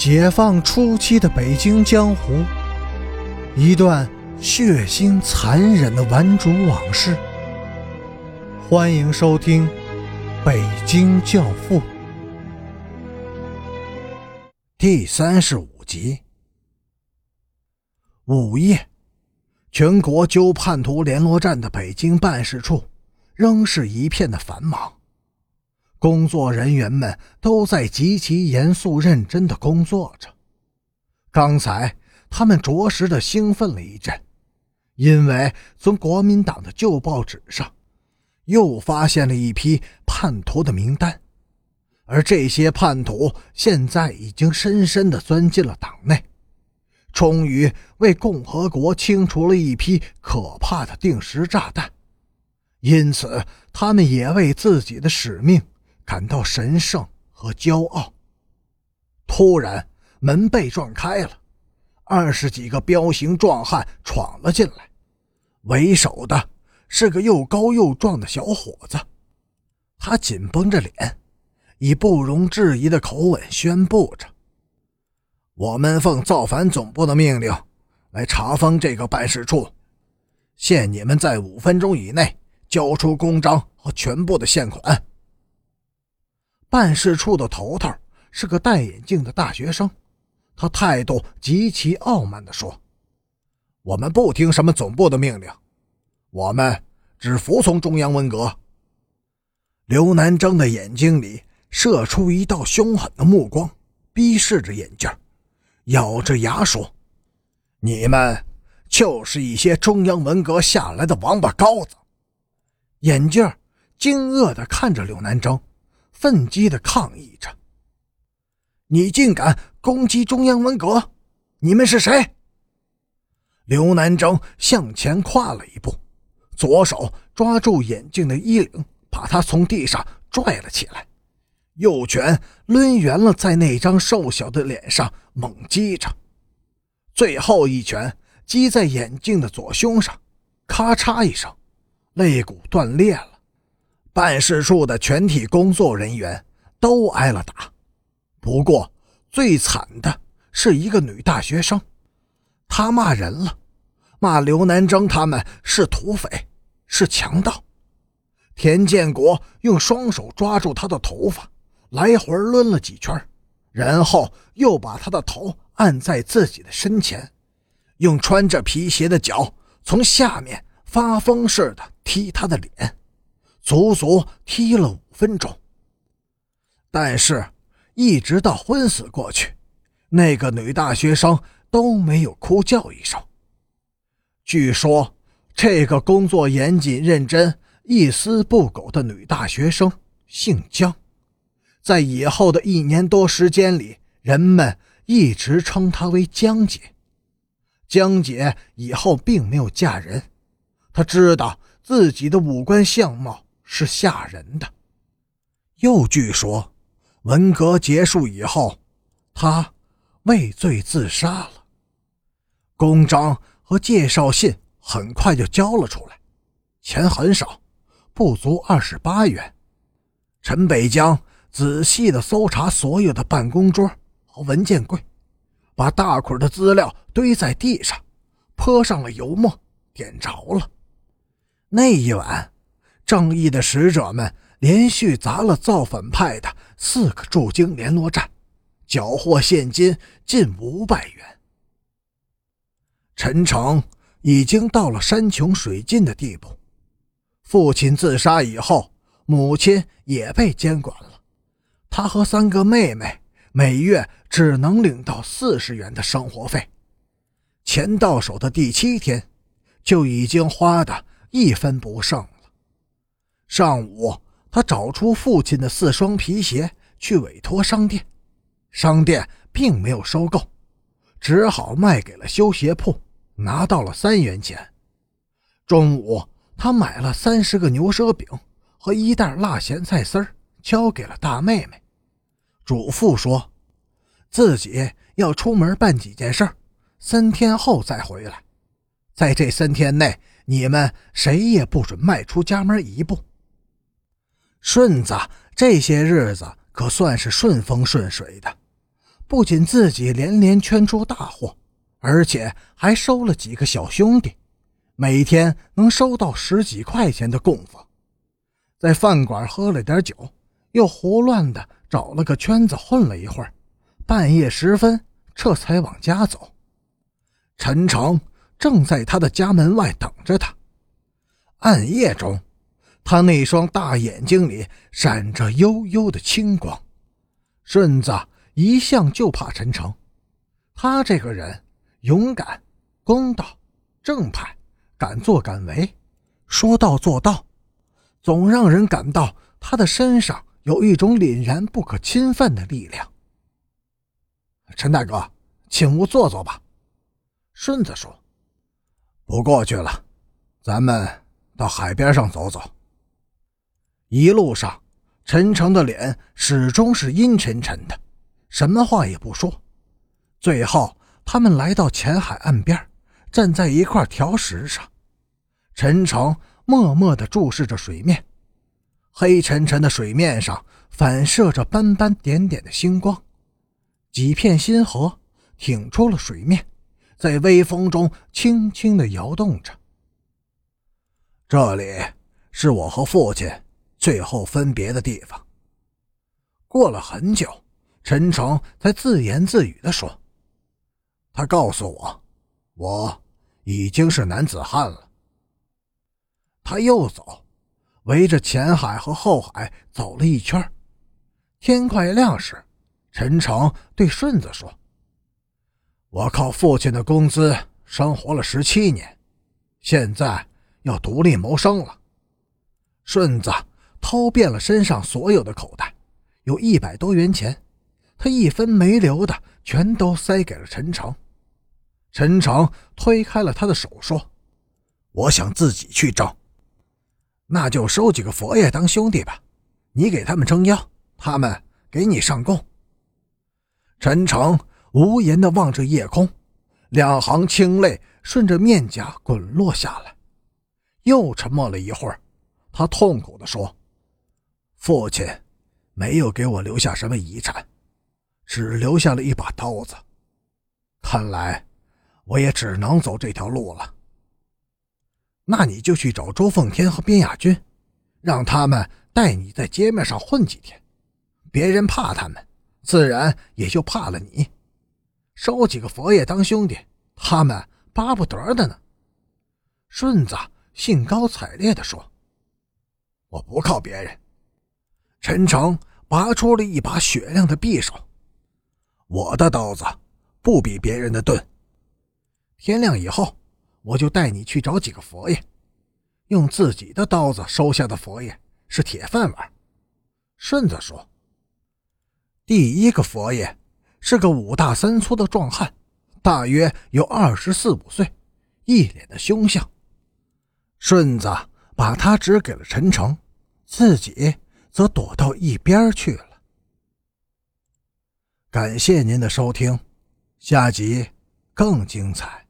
解放初期的北京江湖，一段血腥残忍的顽主往事。欢迎收听《北京教父》第35集。午夜，全国纠叛徒联络站的北京办事处仍是一片的繁忙，工作人员们都在极其严肃认真地工作着。刚才他们着实的兴奋了一阵，因为从国民党的旧报纸上又发现了一批叛徒的名单，而这些叛徒现在已经深深地钻进了党内，终于为共和国清除了一批可怕的定时炸弹，因此他们也为自己的使命感到神圣和骄傲。突然门被撞开了，20几个彪形壮汉闯了进来，为首的是个又高又壮的小伙子，他紧绷着脸，以不容置疑的口吻宣布着：我们奉造反总部的命令来查封这个办事处，限你们在5分钟以内交出公章和全部的现款。办事处的头头是个戴眼镜的大学生，他态度极其傲慢地说：我们不听什么总部的命令，我们只服从中央文革。刘南征的眼睛里射出一道凶狠的目光，逼视着眼镜，咬着牙说：你们就是一些中央文革下来的王八羔子。眼镜惊愕地看着刘南征，愤激地抗议着：你竟敢攻击中央文革，你们是谁？刘南征向前跨了一步，左手抓住眼镜的衣领，把他从地上拽了起来，右拳抡圆了在那张瘦小的脸上猛击着，最后一拳击在眼镜的左胸上，咔嚓一声，肋骨断裂了。办事处的全体工作人员都挨了打，不过最惨的是一个女大学生，她骂人了，骂刘南征他们是土匪，是强盗。田建国用双手抓住她的头发，来回抡了几圈，然后又把她的头按在自己的身前，用穿着皮鞋的脚从下面发疯似的踢她的脸，足足踢了5分钟。但是一直到昏死过去，那个女大学生都没有哭叫一声。据说这个工作严谨认真一丝不苟的女大学生姓江，在以后的1年多时间里，人们一直称她为江姐。江姐以后并没有嫁人，她知道自己的五官相貌是吓人的。又据说文革结束以后，她畏罪自杀了。公章和介绍信很快就交了出来，钱很少，不足28元。陈北江仔细地搜查所有的办公桌和文件柜，把大捆的资料堆在地上，泼上了油墨，点着了。那一晚，正义的使者们连续砸了造反派的4个驻京联络站，缴获现金近500元。陈诚已经到了山穷水尽的地步，父亲自杀以后，母亲也被监管了，他和3个妹妹每月只能领到40元的生活费，钱到手的第7天就已经花得1分不剩了。上午他找出父亲的4双皮鞋去委托商店，商店并没有收购，只好卖给了修鞋铺，拿到了3元钱。中午他买了30个牛舌饼和1袋辣咸菜丝儿，交给了大妹妹，嘱咐说自己要出门办几件事，3天后再回来，在这3天内你们谁也不准迈出家门1步。顺子这些日子可算是顺风顺水的， 不仅自己连连圈出大货，而且还收了几个小兄弟，每天能收到10几块钱的供奉。在饭馆喝了点酒，又胡乱的找了个圈子混了一会儿，半夜时分这才往家走。陈诚正在他的家门外等着他。暗夜中，他那双大眼睛里闪着幽幽的青光。顺子一向就怕陈诚，他这个人勇敢、公道、正派，敢作敢为，说到做到，总让人感到他的身上有一种凛然不可侵犯的力量。陈大哥，请勿坐坐吧。顺子说。不过去了，咱们到海边上走走。一路上，陈诚的脸始终是阴沉沉的，什么话也不说。最后他们来到前海岸边，站在一块条石上。陈诚默默地注视着水面，黑沉沉的水面上反射着斑斑点点的星光，几片星河挺出了水面，在微风中轻轻地摇动着。这里是我和父亲最后分别的地方。过了很久，陈诚才自言自语地说，他告诉我已经是男子汉了。他又走，围着前海和后海走了一圈。天快亮时，陈诚对顺子说，我靠父亲的工资生活了17年，现在要独立谋生了。顺子掏遍了身上所有的口袋，有100多元钱，他一分没留的全都塞给了陈诚。陈诚推开了他的手说，我想自己去挣。那就收几个佛爷当兄弟吧，你给他们撑腰，他们给你上供。陈诚无言地望着夜空，2行清泪顺着面颊滚落下来。又沉默了一会儿，他痛苦地说，父亲没有给我留下什么遗产，只留下了一把刀子，看来我也只能走这条路了。那你就去找周凤天和边亚军，让他们带你在街面上混几天，别人怕他们，自然也就怕了你。收几个佛爷当兄弟，他们巴不得的呢。顺子兴高采烈地说，我不靠别人。陈诚拔出了一把雪亮的匕首，我的刀子不比别人的钝。天亮以后，我就带你去找几个佛爷，用自己的刀子收下的佛爷是铁饭碗。顺子说，第一个佛爷是个5大3粗的壮汉，大约有24、25岁，一脸的凶相。顺子把他指给了陈诚，自己则躲到一边去了。感谢您的收听，下集更精彩。